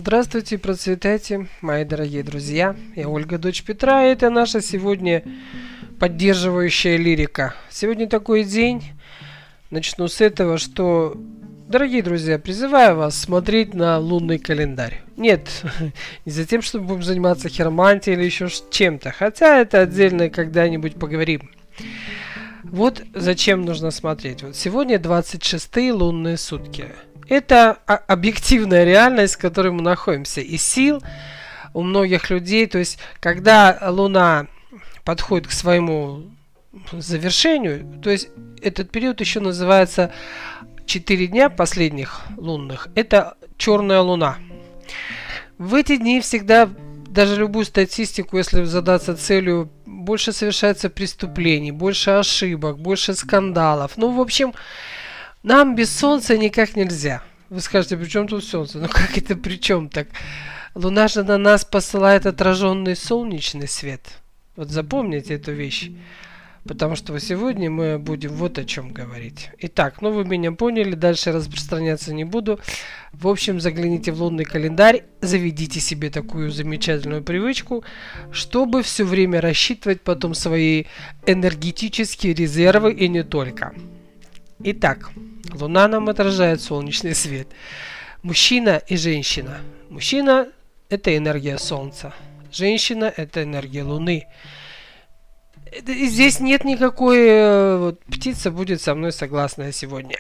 Здравствуйте, процветайте, мои дорогие друзья. Я Ольга, дочь Петра, и это наша сегодня поддерживающая лирика. Сегодня такой день. Начну с этого, что, дорогие друзья, призываю вас смотреть на лунный календарь. Нет, не за тем, чтобы будем заниматься хиромантией или еще чем-то. Хотя это отдельно когда-нибудь поговорим. Вот зачем нужно смотреть. Вот сегодня 26-е лунные сутки. Это объективная реальность, в которой мы находимся. И сил у многих людей, то есть, когда Луна подходит к своему завершению, то есть, этот период еще называется 4 дня последних лунных. Это черная Луна. В эти дни всегда, даже любую статистику, если задаться целью, больше совершается преступлений, больше ошибок, больше скандалов. Ну, в общем, нам без солнца никак нельзя. Вы скажете, при чем тут солнце? Ну как это при чем так? Луна же на нас посылает отраженный солнечный свет. Вот запомните эту вещь. Потому что сегодня мы будем вот о чем говорить. Итак, ну вы меня поняли, дальше распространяться не буду. В общем, загляните в лунный календарь, заведите себе такую замечательную привычку, чтобы все время рассчитывать потом свои энергетические резервы и не только. Итак, Луна нам отражает солнечный свет. Мужчина и женщина. Мужчина – это энергия Солнца. Женщина – это энергия Луны. И здесь нет никакой... Вот, птица будет со мной согласна сегодня.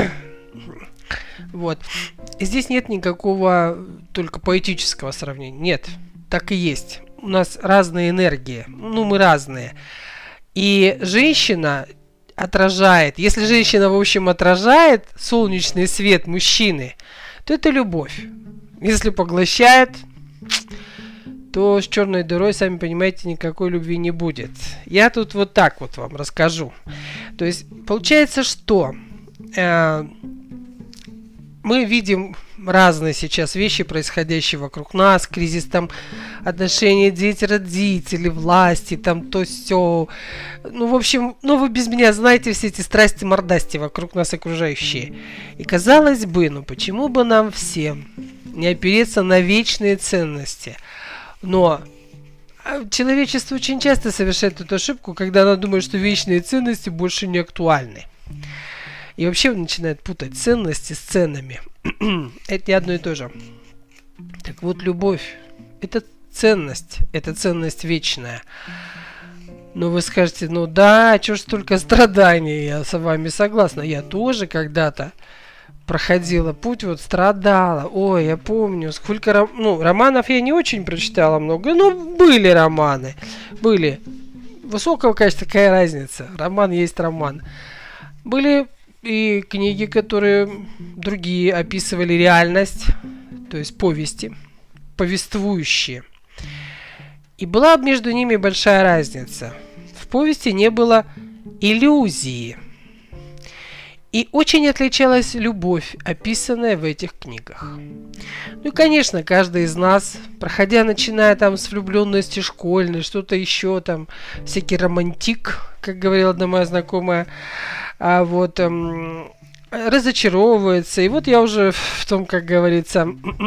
Вот. И здесь нет никакого только поэтического сравнения. Нет, так и есть. У нас разные энергии. Ну, мы разные. И женщина отражает. Если женщина, в общем, отражает солнечный свет мужчины, то это любовь. Если поглощает, то с черной дырой, сами понимаете, никакой любви не будет. Я тут вот так вот вам расскажу. То есть, получается, что мы видим разные сейчас вещи, происходящие вокруг нас, кризис там отношения дети-родители, власти, там то сё. Ну, в общем, ну вы без меня знаете все эти страсти-мордасти вокруг нас окружающие. И казалось бы, ну почему бы нам всем не опереться на вечные ценности? Но человечество очень часто совершает эту ошибку, когда оно думает, что вечные ценности больше не актуальны. И вообще начинает путать ценности с ценами. Это не одно и то же. Так вот, любовь – это ценность вечная. Но вы скажете, ну да, чё ж столько страданий, я с вами согласна. Я тоже когда-то проходила путь, вот страдала. Ой, я помню, сколько романов я не очень прочитала много, но были романы. Были. Высокого качества, какая разница? Роман есть роман. Были и книги, которые другие описывали реальность, то есть повести, повествующие. И была между ними большая разница. В повести не было иллюзии. И очень отличалась любовь, описанная в этих книгах. Ну и, конечно, каждый из нас, проходя, начиная там с влюбленности школьной, что-то еще там, всякий романтик, как говорила одна моя знакомая, разочаровывается. И вот я уже в том, как говорится,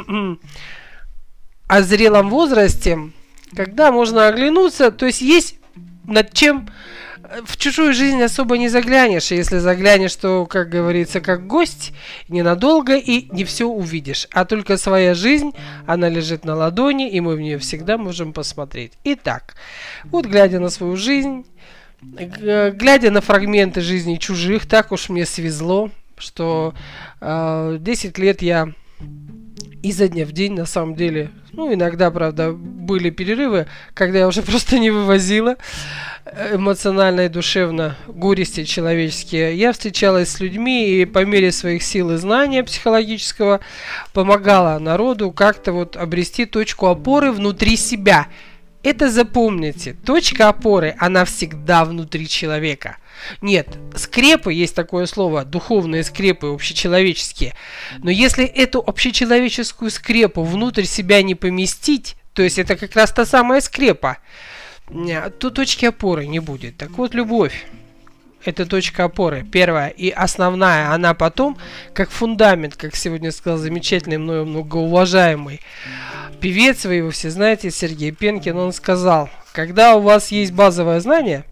о зрелом возрасте, когда можно оглянуться, то есть над чем в чужую жизнь особо не заглянешь. И если заглянешь, то, как говорится, как гость, ненадолго и не все увидишь. А только своя жизнь, она лежит на ладони, и мы в нее всегда можем посмотреть. Итак, вот глядя на свою жизнь, глядя на фрагменты жизни чужих, так уж мне свезло, что 10 лет я изо дня в день, на самом деле, ну, иногда, правда, были перерывы, когда я уже просто не вывозила эмоционально и душевно горести человеческие. Я встречалась с людьми и по мере своих сил и знания психологического помогала народу как-то вот обрести точку опоры внутри себя. Это запомните. Точка опоры, она всегда внутри человека. Нет, скрепы, есть такое слово, духовные скрепы, общечеловеческие. Но если эту общечеловеческую скрепу внутрь себя не поместить, то есть это как раз та самая скрепа, то точки опоры не будет. Так вот, любовь. это точка опоры, первая и основная. Она потом, как фундамент, как сегодня сказал замечательный мною многоуважаемый певец, вы его все знаете, Сергей Пенкин, он сказал, когда у вас есть базовое знание,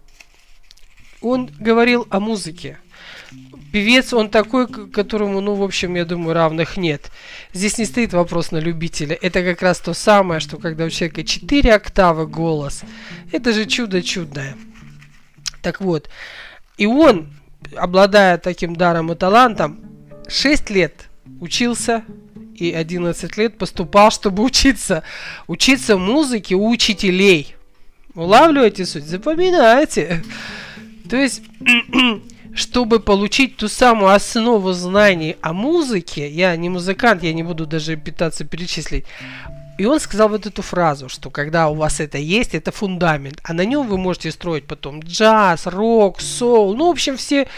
он говорил о музыке. Певец, он такой, которому, ну, в общем, я думаю, равных нет. Здесь не стоит вопрос на любителя. Это как раз то самое, что когда у человека 4 октавы голос, это же чудо чудное. Так вот, и он, обладая таким даром и талантом, 6 лет учился и 11 лет поступал, чтобы учиться. Учиться музыке у учителей. Улавливаете суть? Запоминайте. То есть, чтобы получить ту самую основу знаний о музыке, я не музыкант, я не буду даже пытаться перечислить. И он сказал вот эту фразу, что когда у вас это есть, это фундамент, а на нем вы можете строить потом джаз, рок, соул, ну, в общем,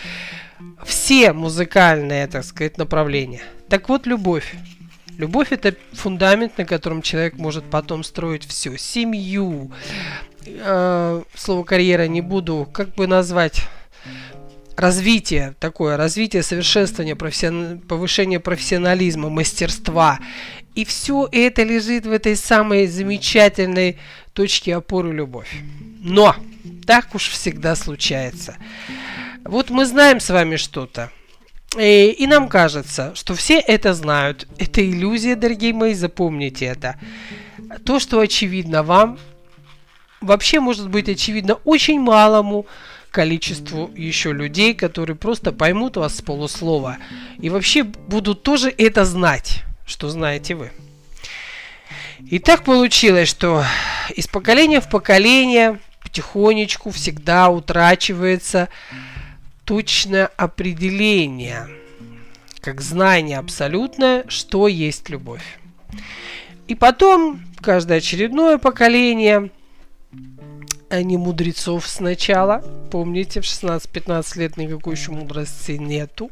все музыкальные, так сказать, направления. Так вот, любовь. Любовь – это фундамент, на котором человек может потом строить все. Семью. Слово карьера не буду, как бы назвать, развитие, такое развитие, совершенствование, повышение профессионализма, мастерства. И все это лежит в этой самой замечательной точке опоры любовь. Но так уж всегда случается. Вот мы знаем с вами что-то. И нам кажется, что все это знают. Это иллюзия, дорогие мои, запомните это. То, что очевидно вам, вообще может быть очевидно очень малому количеству еще людей, которые просто поймут вас с полуслова и вообще будут тоже это знать, что знаете вы. И так получилось, что из поколения в поколение потихонечку всегда утрачивается точное определение, как знание абсолютное, что есть любовь. И потом каждое очередное поколение, а не мудрецов сначала, помните, в 16-15 лет никакой еще мудрости нету.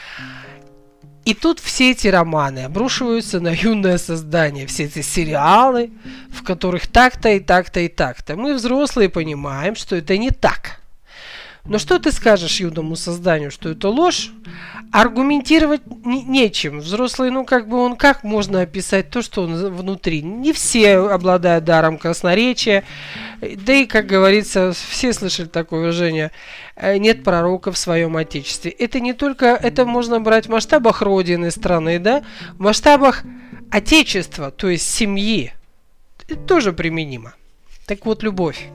И тут все эти романы обрушиваются на юное создание, все эти сериалы, в которых так-то и так-то и так-то. Мы, взрослые, понимаем, что это не так. Но что ты скажешь юному созданию, что это ложь? Аргументировать нечем. Взрослый, ну как бы он, как можно описать то, что он внутри? Не все обладают даром красноречия. Да и, как говорится, все слышали такое выражение: нет пророка в своем отечестве. Это не только, это можно брать в масштабах родины, страны, да? В масштабах отечества, то есть семьи. Это тоже применимо. Так вот, любовь.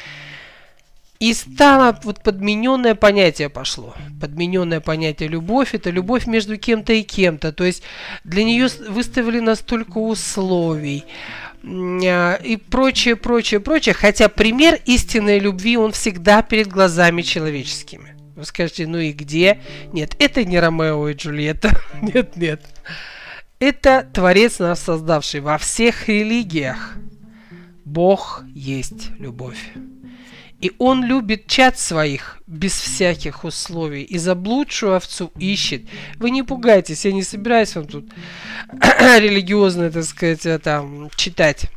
И стало вот подмененное понятие пошло. Подмененное понятие любовь — это любовь между кем-то и кем-то. То есть для нее выставлено столько условий и прочее, прочее, прочее. Хотя пример истинной любви, он всегда перед глазами человеческими. Вы скажете, ну и где? Нет, это не Ромео и Джульетта. Нет, нет. Это Творец нас создавший во всех религиях. Бог есть любовь. И он любит чад своих без всяких условий. И заблудшую овцу ищет. Вы не пугайтесь, я не собираюсь вам тут религиозно, так сказать, там, читать.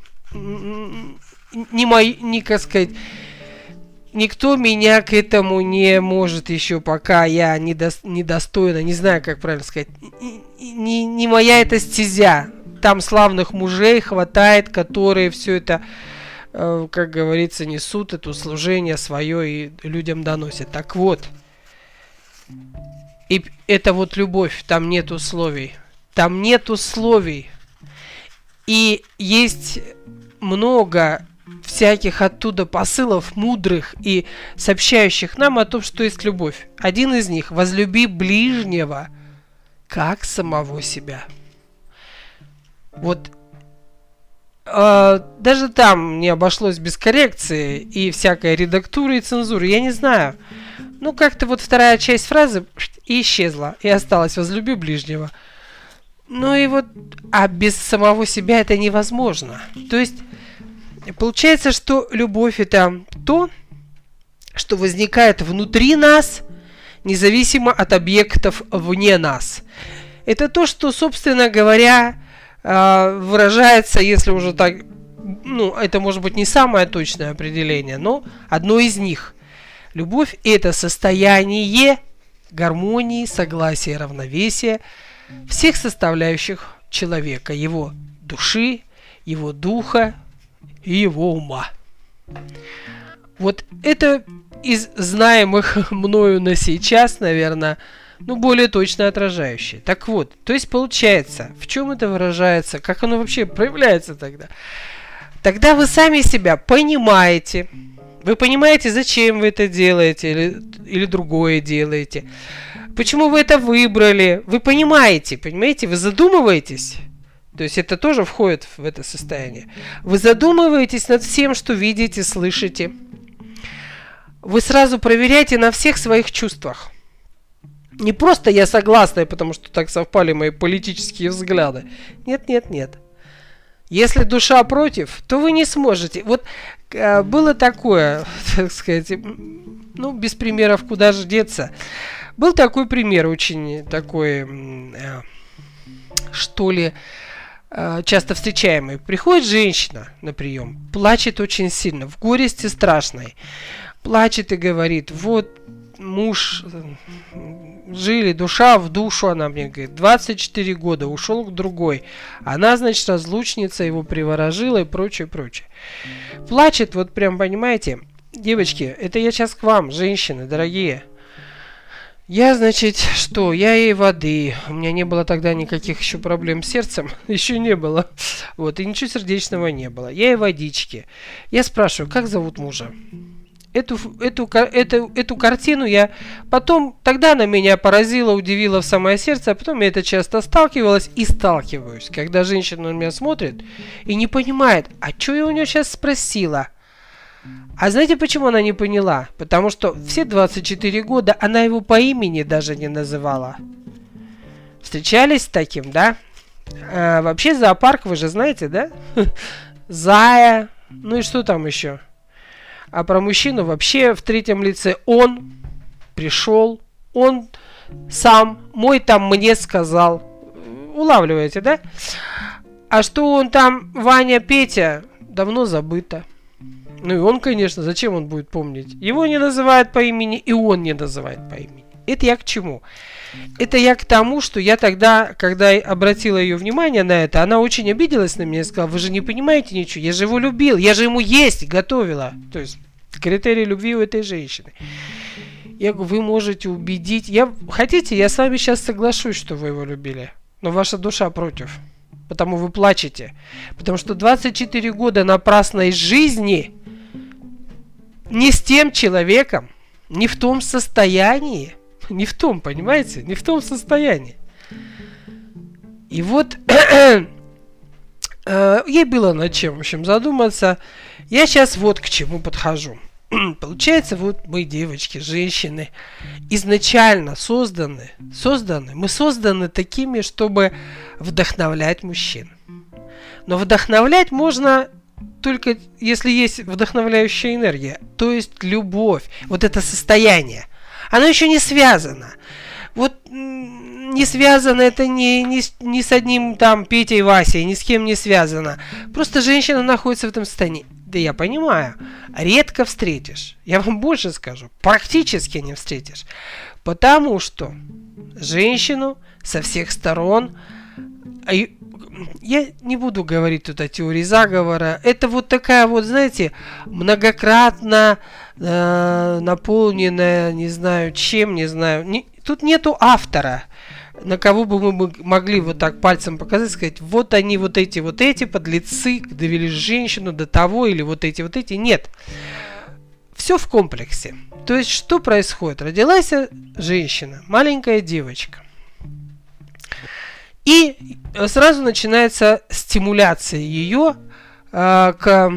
Как сказать, никто меня к этому не может еще, пока я недостойна, не знаю, как правильно сказать. Не моя это стезя. Там славных мужей хватает, которые все это, как говорится, несут это служение свое и людям доносят. Так вот, и это вот любовь, там нет условий. Там нет условий. И есть много всяких оттуда посылов мудрых и сообщающих нам о том, что есть любовь. Один из них: возлюби ближнего как самого себя. Вот даже там не обошлось без коррекции и всякой редактуры и цензуры. Я не знаю. Ну, как-то вот вторая часть фразы и исчезла. И осталось: возлюби ближнего. Ну и вот, а без самого себя это невозможно. То есть, получается, что любовь — это то, что возникает внутри нас, независимо от объектов вне нас. Это то, что, собственно говоря, выражается, если уже так, ну, это может быть не самое точное определение, но одно из них. Любовь – это состояние гармонии, согласия, равновесия всех составляющих человека, его души, его духа и его ума. Вот это из знаемых мною на сейчас, наверное, более точно отражающее. Так вот, то есть получается, в чем это выражается, как оно вообще проявляется тогда? Тогда вы сами себя понимаете. Вы понимаете, зачем вы это делаете или другое делаете. Почему вы это выбрали. Вы понимаете, вы задумываетесь. То есть это тоже входит в это состояние. Вы задумываетесь над всем, что видите, слышите. Вы сразу проверяете на всех своих чувствах. Не просто я согласна, потому что так совпали мои политические взгляды. Нет. Если душа против, то вы не сможете. Вот было такое, так сказать, без примеров куда же деться. Был такой пример, очень такой, что ли, часто встречаемый. Приходит женщина на прием, плачет очень сильно, в горести страшной. Плачет и говорит, вот муж, жили душа в душу, она мне говорит, 24 года, ушел к другой. Она, значит, разлучница, его приворожила и прочее. Плачет, вот прям, понимаете, девочки, это я сейчас к вам, женщины, дорогие. Я, значит, что? Я ей воды. У меня не было тогда никаких еще проблем с сердцем. Еще не было. Вот, и ничего сердечного не было. Я ей водички. Я спрашиваю, как зовут мужа? Эту картину я потом, тогда она меня поразила, удивила в самое сердце, а потом я это часто сталкивалась и сталкиваюсь, когда женщина на меня смотрит и не понимает, а что я у нее сейчас спросила. А знаете, почему она не поняла? Потому что все 24 года она его по имени даже не называла. Встречались с таким, да? Вообще зоопарк, вы же знаете, да? Зая, ну и что там еще? А про мужчину вообще в третьем лице он пришел, он сам, мой там мне сказал. Улавливаете, да? А что он там, Ваня, Петя, давно забыто. Ну и он, конечно, зачем он будет помнить? Его не называют по имени, и он не называет по имени. Это я к чему? Это я к тому, что я тогда, когда обратила ее внимание на это, она очень обиделась на меня и сказала, вы же не понимаете ничего, я же его любил, я же ему есть готовила. То есть критерий любви у этой женщины. Я говорю, вы можете убедить, хотите, я с вами сейчас соглашусь, что вы его любили, но ваша душа против, потому вы плачете. Потому что 24 года напрасной жизни не с тем человеком, не в том состоянии, не в том, понимаете? Не в том состоянии. И вот ей было над чем, в общем, задуматься. Я сейчас вот к чему подхожу. Получается, вот мы, девочки, женщины, изначально мы созданы такими, чтобы вдохновлять мужчин. Но вдохновлять можно только если есть вдохновляющая энергия, то есть любовь, вот это состояние. Оно еще не связано. Вот не связано это ни с одним там Петей, Васей, ни с кем не связано. Просто женщина находится в этом состоянии. Да я понимаю, редко встретишь. Я вам больше скажу, практически не встретишь. Потому что женщину со всех сторон... Я не буду говорить тут о теории заговора. Это вот такая вот, знаете, многократно наполненная, не знаю чем, не знаю. Тут нету автора, на кого бы мы могли вот так пальцем показать, сказать, вот они, вот эти подлецы довели женщину до того, или вот эти. Нет. Все в комплексе. То есть, что происходит? Родилась женщина, маленькая девочка. И сразу начинается стимуляция ее к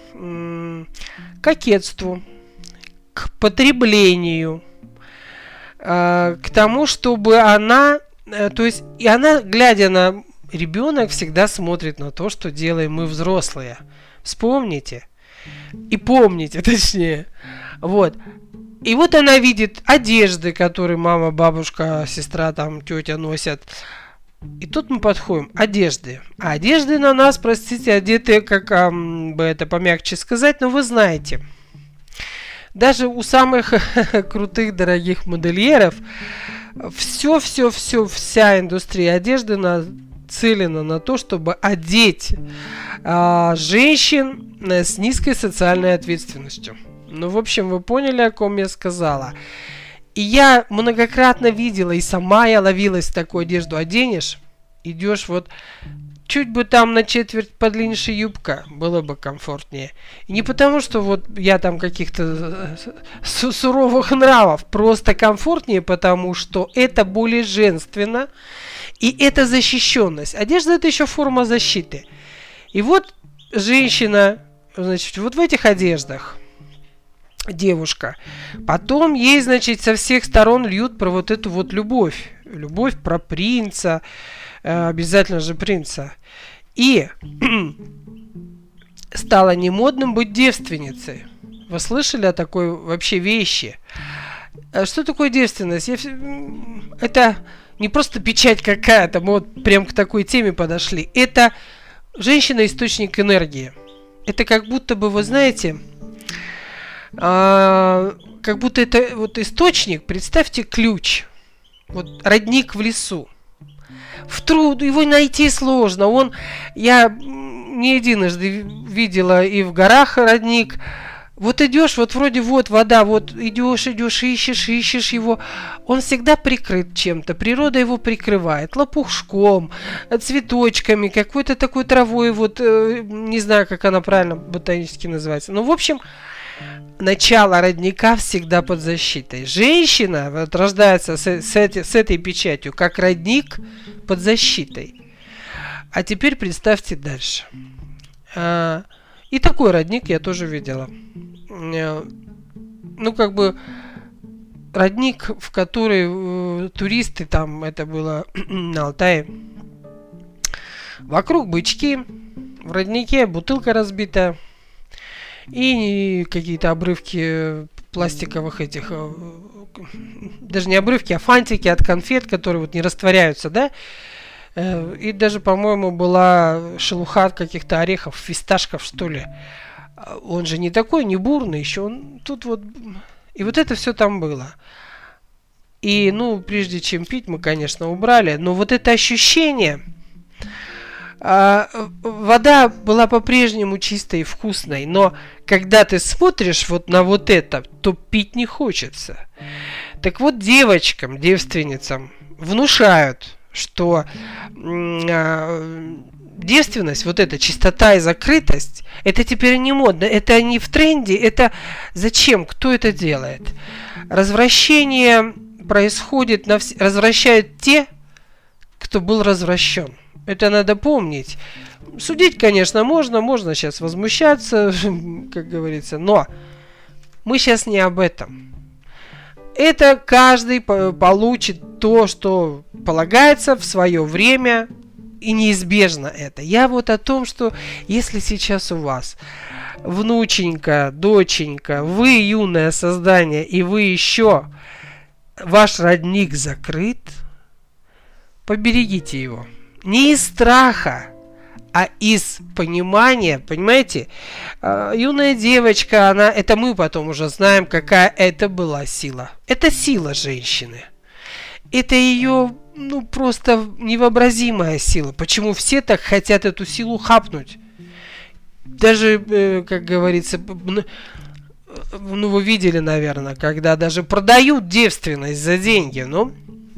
кокетству, к потреблению, к тому, чтобы она, то есть, и она, глядя на ребенок, всегда смотрит на то, что делаем мы взрослые. Вспомните. И помните, точнее. Вот. И вот она видит одежды, которые мама, бабушка, сестра, там, тетя носят. И тут мы подходим. Одежды. А одежды на нас, простите, одеты, как бы это помягче сказать, но вы знаете. даже у самых крутых, дорогих модельеров вся индустрия одежды нацелена на то, чтобы одеть женщин с низкой социальной ответственностью. Ну, в общем, вы поняли, о ком я сказала. И я многократно видела, и сама я ловилась в такую одежду. Оденешь, идешь вот, чуть бы там на четверть подлиннее юбка, было бы комфортнее. И не потому, что вот я там каких-то суровых нравов, просто комфортнее, потому что это более женственно, и это защищенность. Одежда — это еще форма защиты. И вот женщина, значит, вот в этих одеждах, девушка, потом ей, значит, со всех сторон льют про вот эту вот любовь. Любовь про принца, обязательно же принца. И стало немодным быть девственницей. Вы слышали о такой вообще вещи? Что такое девственность? Это не просто печать какая-то, мы вот прям к такой теме подошли. Это женщина — источник энергии. Это как будто бы, вы знаете, как будто это вот источник, представьте, ключ. Вот родник в лесу. В труд его найти сложно. Я не единожды видела и в горах родник. Вот идешь, вот вроде вот вода, вот идешь, ищешь его. Он всегда прикрыт чем-то. Природа его прикрывает лопушком, цветочками, какой-то такой травой. Вот не знаю, как она правильно ботанически называется. Ну, в общем, начало родника всегда под защитой. Женщина вот рождается с этой печатью, как родник под защитой. А теперь представьте дальше. И такой родник я тоже видела. Ну, как бы родник, в который туристы, там это было на Алтае, вокруг бычки, в роднике бутылка разбита, и какие-то обрывки пластиковых этих, даже не обрывки, а фантики от конфет, которые вот не растворяются, да? И даже, по-моему, была шелуха от каких-то орехов, фисташков, что ли. Он же не такой, не бурный еще, он тут вот... И вот это все там было. И, ну, прежде чем пить, мы, конечно, убрали, но вот это ощущение... вода была по-прежнему чистой и вкусной, но когда ты смотришь вот на вот это, то пить не хочется. Так вот, девочкам, девственницам внушают, что девственность, вот эта чистота и закрытость, это теперь не модно, это не в тренде, это зачем, кто это делает? Развращение происходит, развращают те, кто был развращен. Это надо помнить. Судить, конечно, можно сейчас возмущаться, как говорится, но мы сейчас не об этом. Это каждый получит то, что полагается в свое время, и неизбежно это. Я вот о том, что если сейчас у вас внученька, доченька, вы юное создание, и вы еще, ваш родник закрыт, поберегите его. Не из страха, а из понимания, понимаете? Юная девочка, это мы потом уже знаем, какая это была сила. Это сила женщины. Это ее, ну, просто невообразимая сила. Почему все так хотят эту силу хапнуть? Даже, как говорится, ну, вы видели, наверное, когда даже продают девственность за деньги, ну...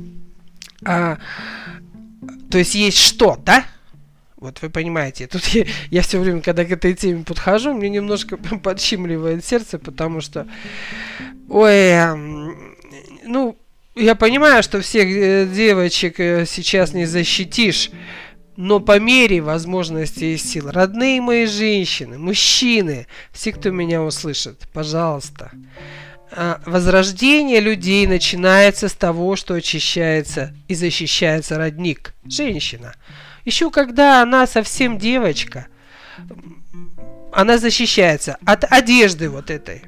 То есть есть что, да? Вот вы понимаете. Тут я все время, когда к этой теме подхожу, мне немножко подщимливает сердце, потому что... Ой, ну, я понимаю, что всех девочек сейчас не защитишь, но по мере возможности и сил. Родные мои женщины, мужчины, все, кто меня услышит, пожалуйста. Возрождение людей начинается с того, что очищается и защищается родник. Женщина. Еще когда она совсем девочка, она защищается от одежды вот этой.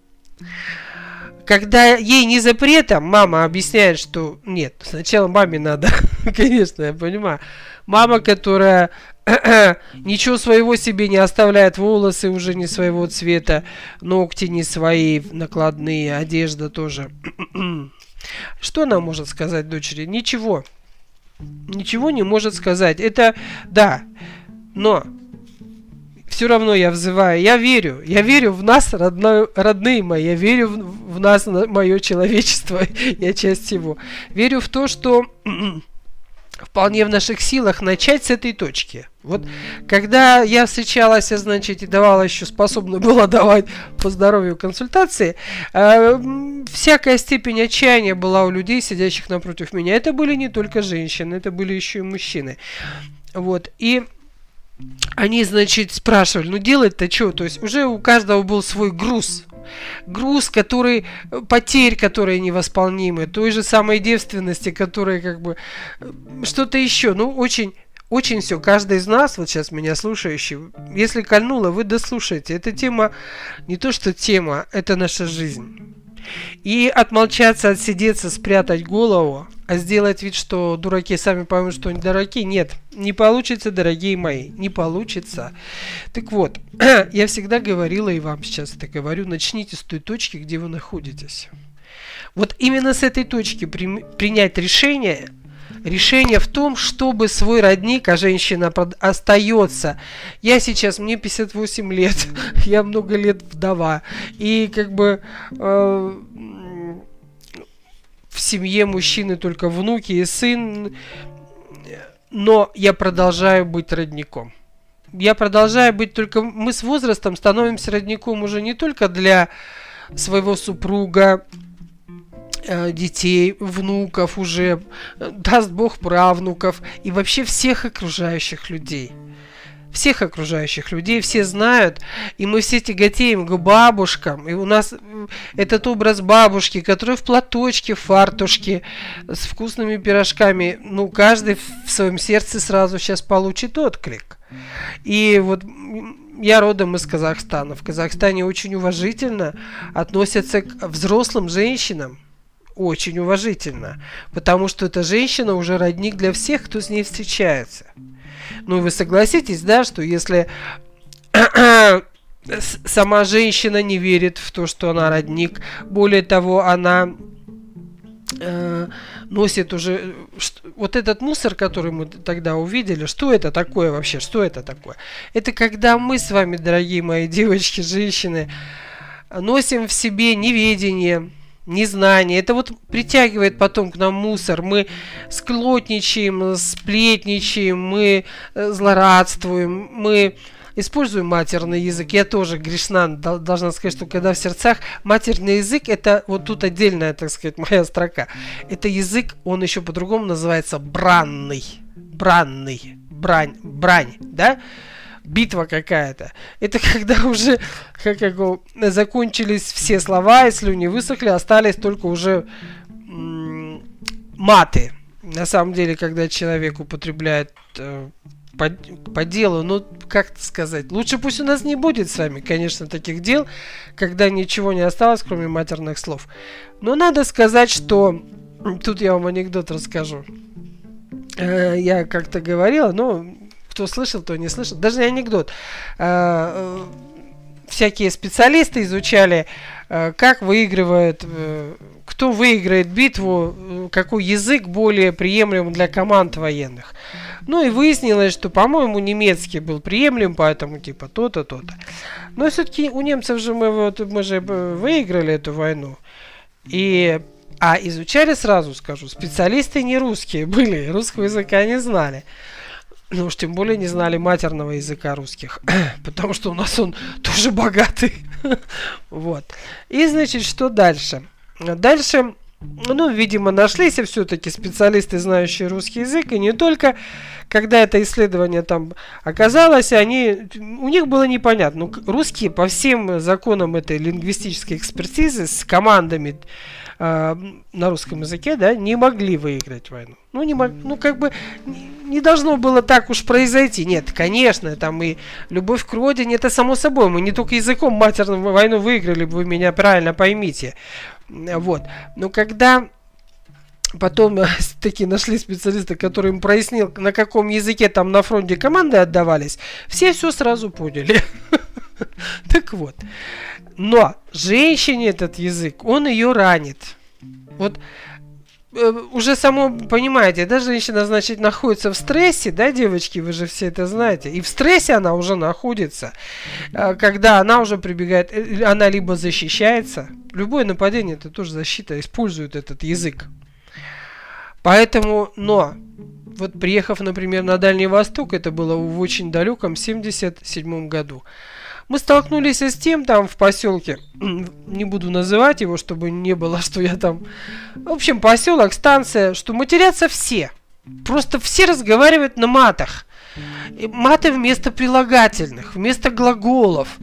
Когда ей не запретом, мама объясняет, что нет, сначала маме надо, конечно, я понимаю. Мама, которая ничего своего себе не оставляет, волосы уже не своего цвета, ногти не свои, накладные, одежда тоже. Что она может сказать дочери? Ничего. Ничего не может сказать. Это, да, но все равно я взываю, я верю в нас, родные мои, я верю в нас, мое человечество, я часть его. Верю в то, что вполне в наших силах начать с этой точки. Вот когда я встречалась, значит, и давала еще, способна была давать по здоровью консультации, всякая степень отчаяния была у людей, сидящих напротив меня. Это были не только женщины, это были еще и мужчины. Вот, и они, значит, спрашивали, ну делать-то что? То есть уже у каждого был свой груз. Груз, который, потерь, которые невосполнимы, той же самой девственности, которая как бы что-то еще. Ну, очень, очень все. Каждый из нас, вот сейчас меня слушающий, если кольнуло, вы дослушайте. Эта тема не то, что тема, это наша жизнь. И отмолчаться, отсидеться, спрятать голову, а сделать вид, что дураки сами поймут, что они дураки, нет, не получится, дорогие мои, не получится. Так вот, я всегда говорила и вам сейчас это говорю, начните с той точки, где вы находитесь. Вот именно с этой точки принять решение. Решение в том, чтобы свой родник, а женщина остается. Я сейчас, мне 58 лет, я много лет вдова. И как бы в семье мужчины только внуки и сын. Но я продолжаю быть родником. Я продолжаю быть только... Мы с возрастом становимся родником уже не только для своего супруга, детей, внуков уже, даст Бог правнуков и вообще всех окружающих людей. Всех окружающих людей, все знают, и мы все тяготеем к бабушкам, и у нас этот образ бабушки, которая в платочке, в фартушке, с вкусными пирожками, ну, каждый в своем сердце сразу сейчас получит отклик. И вот я родом из Казахстана. В Казахстане очень уважительно относятся к взрослым женщинам. Очень уважительно, потому что эта женщина уже родник для всех, кто с ней встречается. Ну, вы согласитесь, да, что если сама женщина не верит в то, что она родник, более того, она носит уже вот этот мусор, который мы тогда увидели, что это такое вообще, что это такое? Это когда мы с вами, дорогие мои девочки, женщины, носим в себе неведение, незнание. Это вот притягивает потом к нам мусор. Мы склотничаем, сплетничаем, мы злорадствуем, мы используем матерный язык. Я тоже грешна, должна сказать, что когда в сердцах матерный язык, это вот тут отдельная, так сказать, моя строка. Это язык, он еще по-другому называется бранный. Бранный. Брань, да? Битва какая-то. Это когда уже закончились все слова, и слюни высохли, остались только уже маты. На самом деле, когда человек употребляет по делу, ну, как сказать, лучше пусть у нас не будет с вами, конечно, таких дел, когда ничего не осталось, кроме матерных слов. Но надо сказать, что... Тут я вам анекдот расскажу. Я как-то говорила, но... Кто слышал, то не слышал. Даже не анекдот. Всякие специалисты изучали, как выигрывает, кто выиграет битву, какой язык более приемлем для команд военных. Ну и выяснилось, что, по-моему, немецкий был приемлем, поэтому типа то-то, то-то. Но все-таки у немцев же мы же выиграли эту войну. А изучали, сразу скажу, специалисты не русские были, русского языка не знали. Ну уж тем более не знали матерного языка русских, потому что у нас он тоже богатый. Вот. И, значит, что дальше? Дальше, ну, видимо, нашлись все-таки специалисты, знающие русский язык, и не только, когда это исследование там оказалось, у них было непонятно. Ну, русские по всем законам этой лингвистической экспертизы с командами на русском языке, да, не могли выиграть войну. Ну, как бы не должно было так уж произойти. Нет, конечно, там и любовь к родине, это само собой. Мы не только языком матерным войну выиграли, вы меня правильно поймите. Вот. Но когда Потом такие нашли специалисты, который им прояснил, на каком языке там на фронте команды отдавались. Все сразу поняли. Так вот. Но женщине этот язык, он ее ранит. Вот уже само понимаете, да, женщина, значит, находится в стрессе, да, девочки, вы же все это знаете. И в стрессе она уже находится, когда она уже прибегает, она либо защищается, любое нападение это тоже защита, использует этот язык. Поэтому, но, вот приехав, например, на Дальний Восток, это было в очень далеком 1977 году, мы столкнулись с тем там в поселке, не буду называть его, чтобы не было, что я там... В общем, поселок, станция, что матерятся все. Просто все разговаривают на матах. И маты вместо прилагательных, вместо глаголов.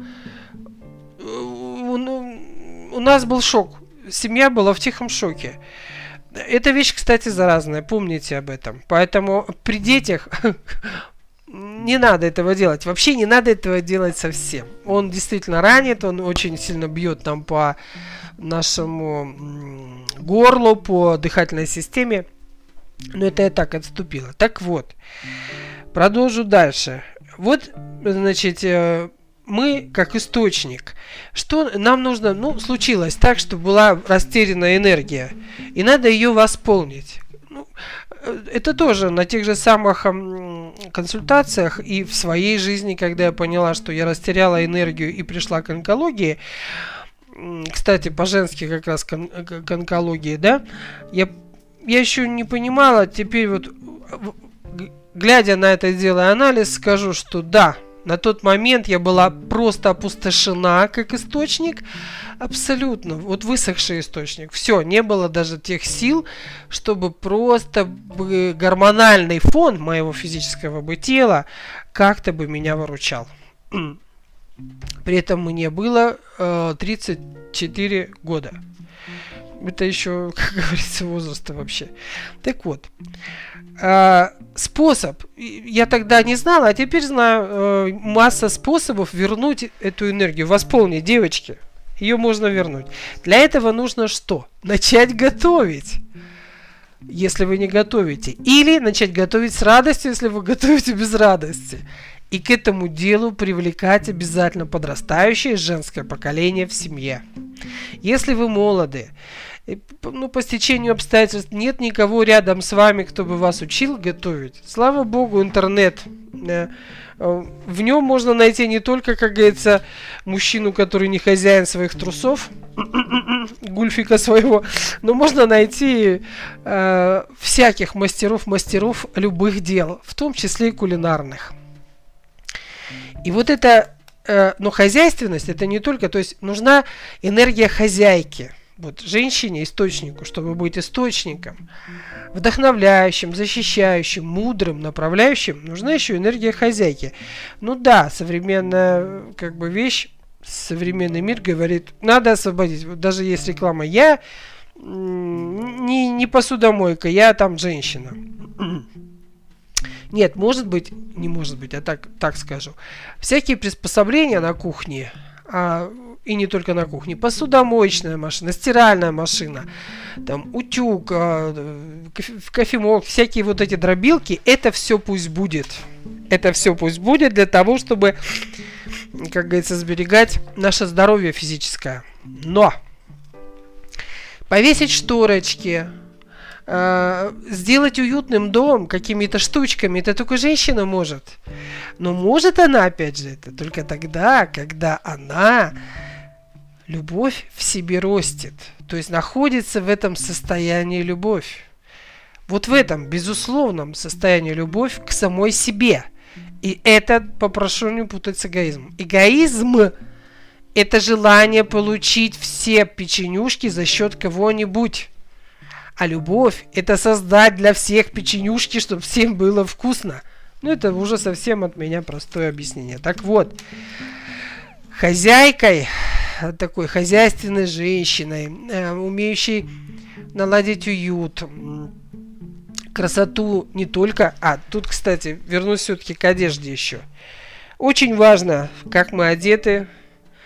У нас был шок. Семья была в тихом шоке. Эта вещь, кстати, заразная, помните об этом. Поэтому при детях... Не надо этого делать. Вообще не надо этого делать совсем. Он действительно ранит, он очень сильно бьет нам по нашему горлу, по дыхательной системе. Но это я так отступила. Так вот, продолжу дальше. Вот, значит, мы как источник. Что нам нужно? Ну, случилось так, что была растеряна энергия. И надо ее восполнить. Это тоже на тех же самых консультациях и в своей жизни, когда я поняла, что я растеряла энергию и пришла к онкологии, кстати, по-женски как раз к онкологии, да, я еще не понимала, теперь вот, глядя на это дело анализ, скажу, что да, на тот момент я была просто опустошена как источник, абсолютно, вот высохший источник. Все, не было даже тех сил, чтобы просто гормональный фон моего физического бы тела как-то бы меня выручал. При этом мне было 34 года. Это еще, как говорится, возраста вообще. Так вот, способ, я тогда не знала, а теперь знаю, масса способов вернуть эту энергию, восполнить, девочки. Ее можно вернуть. Для этого нужно что? Начать готовить. Если вы не готовите. Или начать готовить с радостью, если вы готовите без радости. И к этому делу привлекать обязательно подрастающее женское поколение в семье. Если вы молоды, ну, по стечению обстоятельств нет никого рядом с вами, кто бы вас учил готовить. Слава богу, интернет. В нем можно найти не только, как говорится, мужчину, который не хозяин своих трусов, гульфика своего, но можно найти всяких мастеров любых дел, в том числе и кулинарных. И вот это, но хозяйственность, это не только, то есть нужна энергия хозяйки. Вот женщине, источнику, чтобы быть источником, вдохновляющим, защищающим, мудрым, направляющим, нужна еще энергия хозяйки. Ну да, современная как бы вещь, современный мир говорит, надо освободить. Вот даже есть реклама, я не посудомойка, я там женщина. Нет, может быть, не может быть, я так скажу. Всякие приспособления на кухне, и не только на кухне, посудомоечная машина, стиральная машина, там утюг, кофемолка, всякие вот эти дробилки, это все пусть будет. Это все пусть будет для того, чтобы, как говорится, сберегать наше здоровье физическое. Но повесить шторочки, сделать уютным дом какими-то штучками, это только женщина может. Но может она, опять же, это только тогда, когда она любовь в себе ростет. То есть находится в этом состоянии любовь. Вот в этом безусловном состоянии любовь к самой себе. И это, попрошу не путать с эгоизмом. Эгоизм – это желание получить все печенюшки за счет кого-нибудь. А любовь – это создать для всех печенюшки, чтобы всем было вкусно. Ну, это уже совсем от меня простое объяснение. Так вот, хозяйкой, такой хозяйственной женщиной, умеющей наладить уют, красоту не только... тут, кстати, вернусь все-таки к одежде еще. Очень важно, как мы одеты,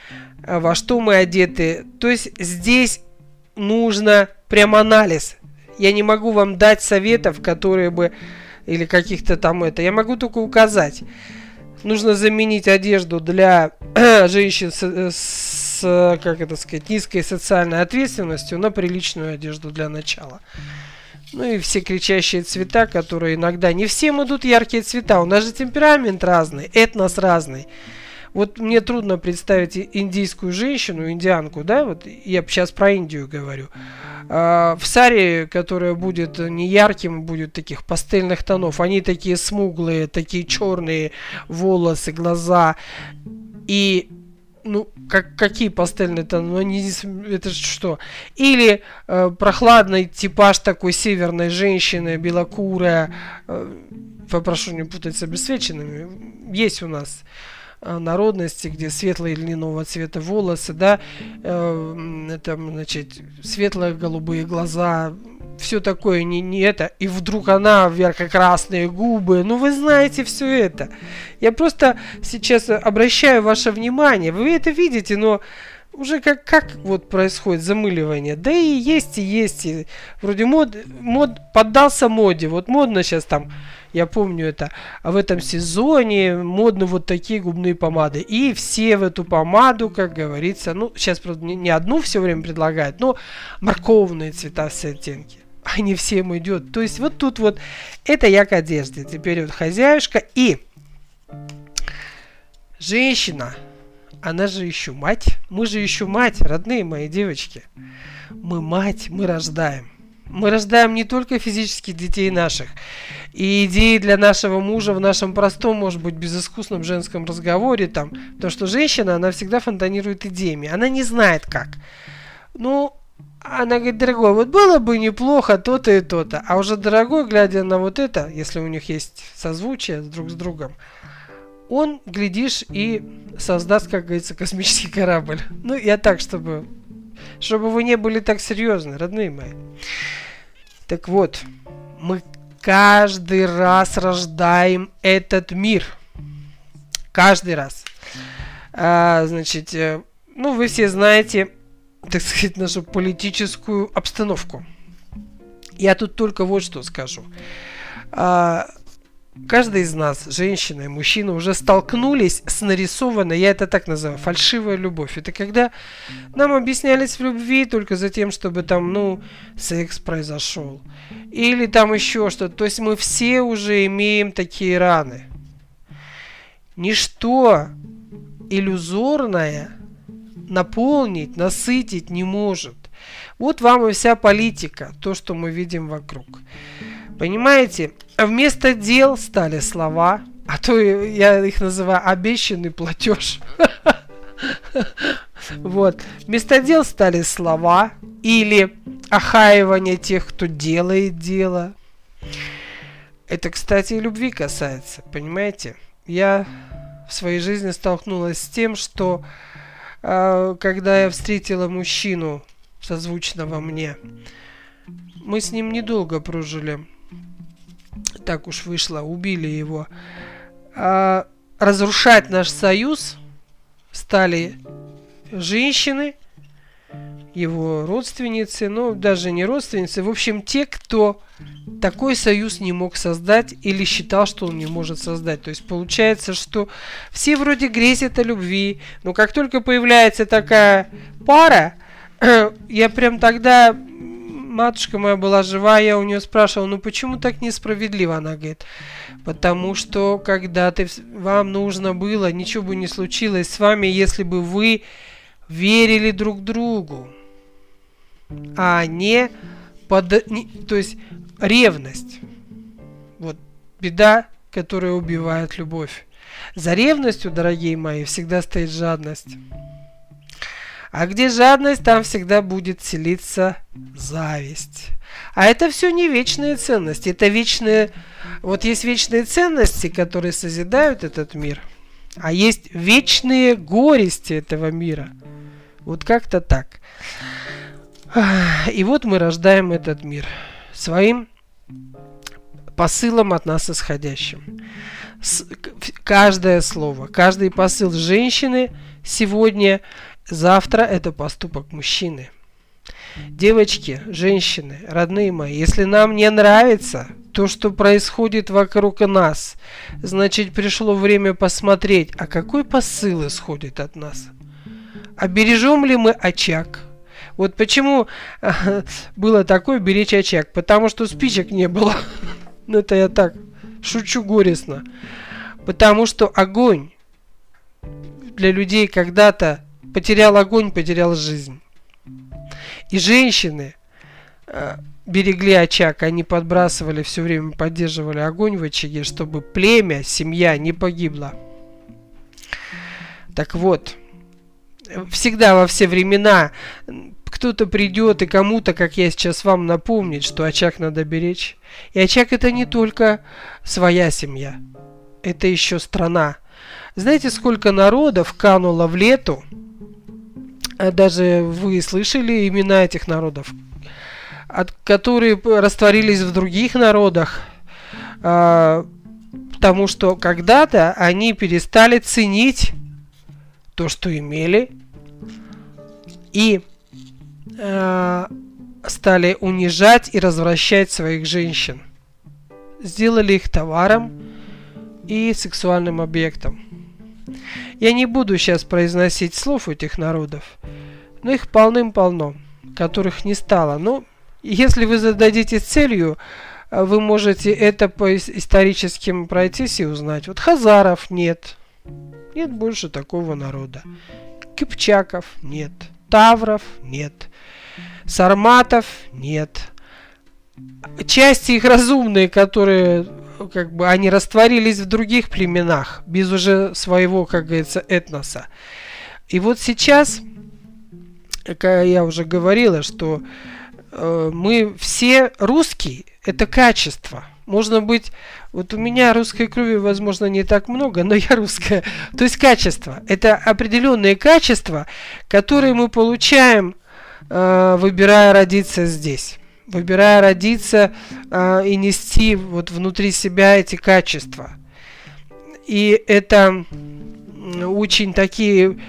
во что мы одеты. То есть здесь нужно прям анализ. Я не могу вам дать советов, которые бы, или каких-то там это. Я могу только указать. Нужно заменить одежду для женщин как это сказать, низкой социальной ответственностью на приличную одежду для начала. Ну и все кричащие цвета, которые иногда... Не всем идут яркие цвета. У нас же темперамент разный, этнос разный. Вот мне трудно представить индийскую женщину, индианку, да, вот я сейчас про Индию говорю, в саре, которая будет не ярким, будет таких пастельных тонов. Они такие смуглые, такие черные волосы, глаза. И, ну, какие пастельные тона? Ну, они, это что? Или прохладный типаж такой северной женщины, белокурая, попрошу не путать с обесцвеченными, есть у нас народности, где светлые льняного цвета волосы, да, это, значит, светлые голубые глаза, все такое, не это, и вдруг она ярко-красные губы, ну вы знаете все это. Я просто сейчас обращаю ваше внимание, вы это видите, но уже как вот происходит замыливание, да и есть, и вроде мод поддался моде, вот модно сейчас там, я помню это, в этом сезоне модны вот такие губные помады, и все в эту помаду, как говорится, ну сейчас, правда, не одну все время предлагают, но морковные цвета, все оттенки, они всем идет, то есть вот тут вот, это я к одежде, теперь вот хозяюшка, и женщина, она же еще мать. Мы же еще мать, родные мои девочки. Мы мать, мы рождаем. Мы рождаем не только физических детей наших. И идеи для нашего мужа в нашем простом, может быть, безыскусном женском разговоре. Там, потому что женщина, она всегда фонтанирует идеями. Она не знает как. Ну, она говорит, дорогой, вот было бы неплохо то-то и то-то. А уже дорогой, глядя на вот это, если у них есть созвучие друг с другом, он, глядишь, и создаст, как говорится, космический корабль. Ну, я так, чтобы вы не были так серьезны, родные мои. Так вот, мы каждый раз рождаем этот мир. Каждый раз. Значит, ну, вы все знаете, так сказать, нашу политическую обстановку. Я тут только вот что скажу. Каждый из нас, женщина и мужчина, уже столкнулись с нарисованной, я это так называю, фальшивая любовь. Это когда нам объяснялись в любви только за тем, чтобы там, ну, секс произошел. Или там еще что-то. То есть мы все уже имеем такие раны. Ничто иллюзорное наполнить, насытить не может. Вот вам и вся политика, то, что мы видим вокруг. Понимаете? Вместо дел стали слова, а то я их называю обещанный платеж. Вот. Вместо дел стали слова или охаивание тех, кто делает дело. Это, кстати, и любви касается, понимаете? Я в своей жизни столкнулась с тем, что когда я встретила мужчину, созвучного мне, мы с ним недолго прожили. Так уж вышло, убили его. Разрушать наш союз стали женщины, его родственницы, ну даже не родственницы, в общем те, кто такой союз не мог создать или считал, что он не может создать. То есть получается, что все вроде грезят о любви, но как только появляется такая пара, я прям тогда... Матушка моя была жива, я у нее спрашивал, ну почему так несправедливо? Она говорит, потому что когда вам нужно было, ничего бы не случилось с вами, если бы вы верили друг другу, а не то есть ревность. Вот беда, которая убивает любовь. За ревностью, дорогие мои, всегда стоит жадность. А где жадность, там всегда будет селиться зависть. А это все не вечные ценности. Это вечные... Вот есть вечные ценности, которые созидают этот мир. А есть вечные горести этого мира. Вот как-то так. И вот мы рождаем этот мир. Своим посылом от нас исходящим. Каждое слово, каждый посыл женщины сегодня... Завтра это поступок мужчины. Девочки, женщины, родные мои, если нам не нравится то, что происходит вокруг нас, значит, пришло время посмотреть, а какой посыл исходит от нас. А бережем ли мы очаг? Вот почему было такое беречь очаг? Потому что спичек не было. Ну, это я так шучу горестно. Потому что огонь для людей когда-то потерял огонь, потерял жизнь. И женщины берегли очаг, они подбрасывали все время, поддерживали огонь в очаге, чтобы племя, семья не погибла. Так вот, всегда во все времена кто-то придет и кому-то, как я сейчас вам, напомнит, что очаг надо беречь. И очаг это не только своя семья, это еще страна. Знаете, сколько народов кануло в лету? Даже вы слышали имена этих народов, которые растворились в других народах, потому что когда-то они перестали ценить то, что имели, и стали унижать и развращать своих женщин. Сделали их товаром и сексуальным объектом. Я не буду сейчас произносить слов этих народов, но их полным-полно, которых не стало. Но если вы зададитесь целью, вы можете это по историческим пройтись и узнать. Вот хазаров нет. Нет больше такого народа. Кипчаков нет. Тавров нет. Сарматов нет. Части их разумные, которые как бы они растворились в других племенах, без уже своего, как говорится, этноса. И вот сейчас, как я уже говорила, что мы все русские, это качество. Можно быть, вот у меня русской крови, возможно, не так много, но я русская. То есть качество. Это определенные качества, которые мы получаем, выбирая родиться здесь. Выбирая родиться и нести вот внутри себя эти качества. И это очень такие,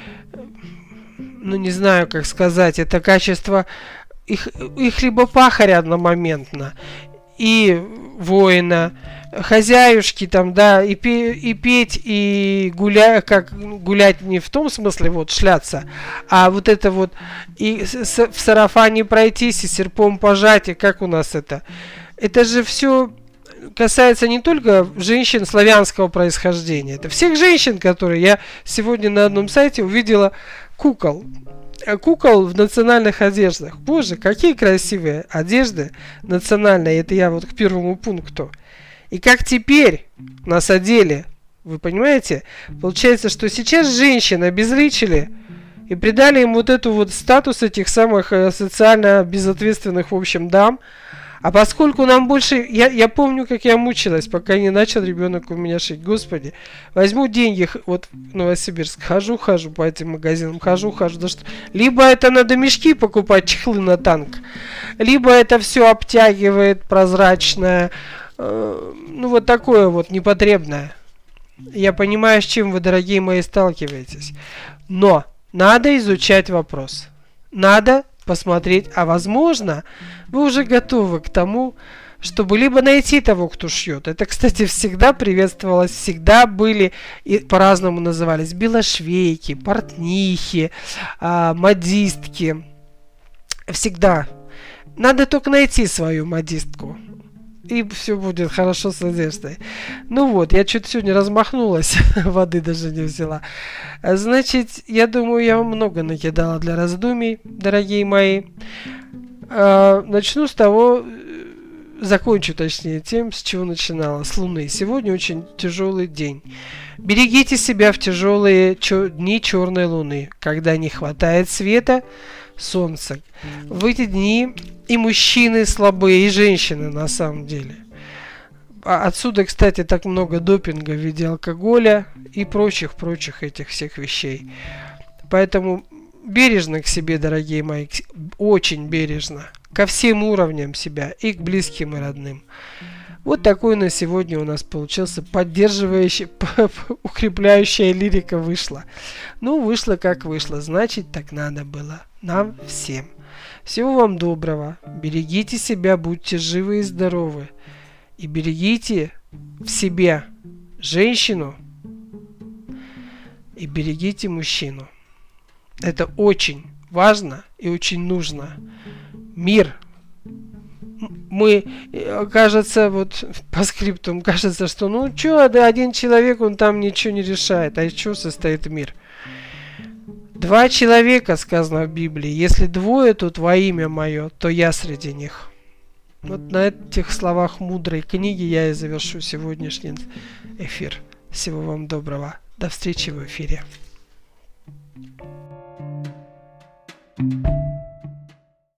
ну не знаю, как сказать, это качества их либо пахаря одномоментно, и воина, хозяюшки там, да, и петь, и гулять, как гулять не в том смысле вот шляться, а вот это вот и в сарафане пройтись, и серпом пожать, и как у нас это. Это же все касается не только женщин славянского происхождения, это всех женщин, которые я сегодня на одном сайте увидела кукол в национальных одеждах. Боже, какие красивые одежды национальные. Это я вот к первому пункту. И как теперь нас одели, вы понимаете? Получается, что сейчас женщин обезличили и придали им вот эту вот статус этих самых социально безответственных, в общем, дам. А поскольку нам больше... Я помню, как я мучилась, пока не начал ребенок у меня шить. Господи, возьму деньги, вот в Новосибирск, хожу по этим магазинам, хожу. Да что... Либо это надо мешки покупать, чехлы на танк, либо это все обтягивает, прозрачное, ну вот такое вот непотребное. Я понимаю, с чем вы, дорогие мои, сталкиваетесь. Но надо изучать вопрос. Надо посмотреть, а возможно, вы уже готовы к тому, чтобы либо найти того, кто шьет. Это, кстати, всегда приветствовалось, всегда были и по-разному назывались белошвейки, портнихи, модистки. Всегда. Надо только найти свою модистку. И все будет хорошо с одеждой. Ну вот, я что-то сегодня размахнулась, воды даже не взяла. Значит, я думаю, я вам много накидала для раздумий, дорогие мои. Начну с того, закончу точнее тем, с чего начинала, с Луны. Сегодня очень тяжелый день. Берегите себя в тяжелые дни черной Луны, когда не хватает света, солнца. В эти дни и мужчины слабые, и женщины на самом деле. Отсюда, кстати, так много допинга в виде алкоголя и прочих этих всех вещей. Поэтому бережно к себе, дорогие мои, очень бережно. Ко всем уровням себя, и к близким, и родным. Вот такой на сегодня у нас получился поддерживающий, укрепляющая лирика вышла. Ну, вышло как вышло, значит, так надо было нам всем. Всего вам доброго. Берегите себя, будьте живы и здоровы. И берегите в себе женщину и берегите мужчину. Это очень важно и очень нужно. Мир. Мы, кажется, вот по скриптум, кажется, что ну что, один человек, он там ничего не решает. А из чего состоит мир? 2 человека, сказано в Библии. Если 2 тут во имя мое, то я среди них. Вот на этих словах мудрой книги я и завершу сегодняшний эфир. Всего вам доброго. До встречи в эфире.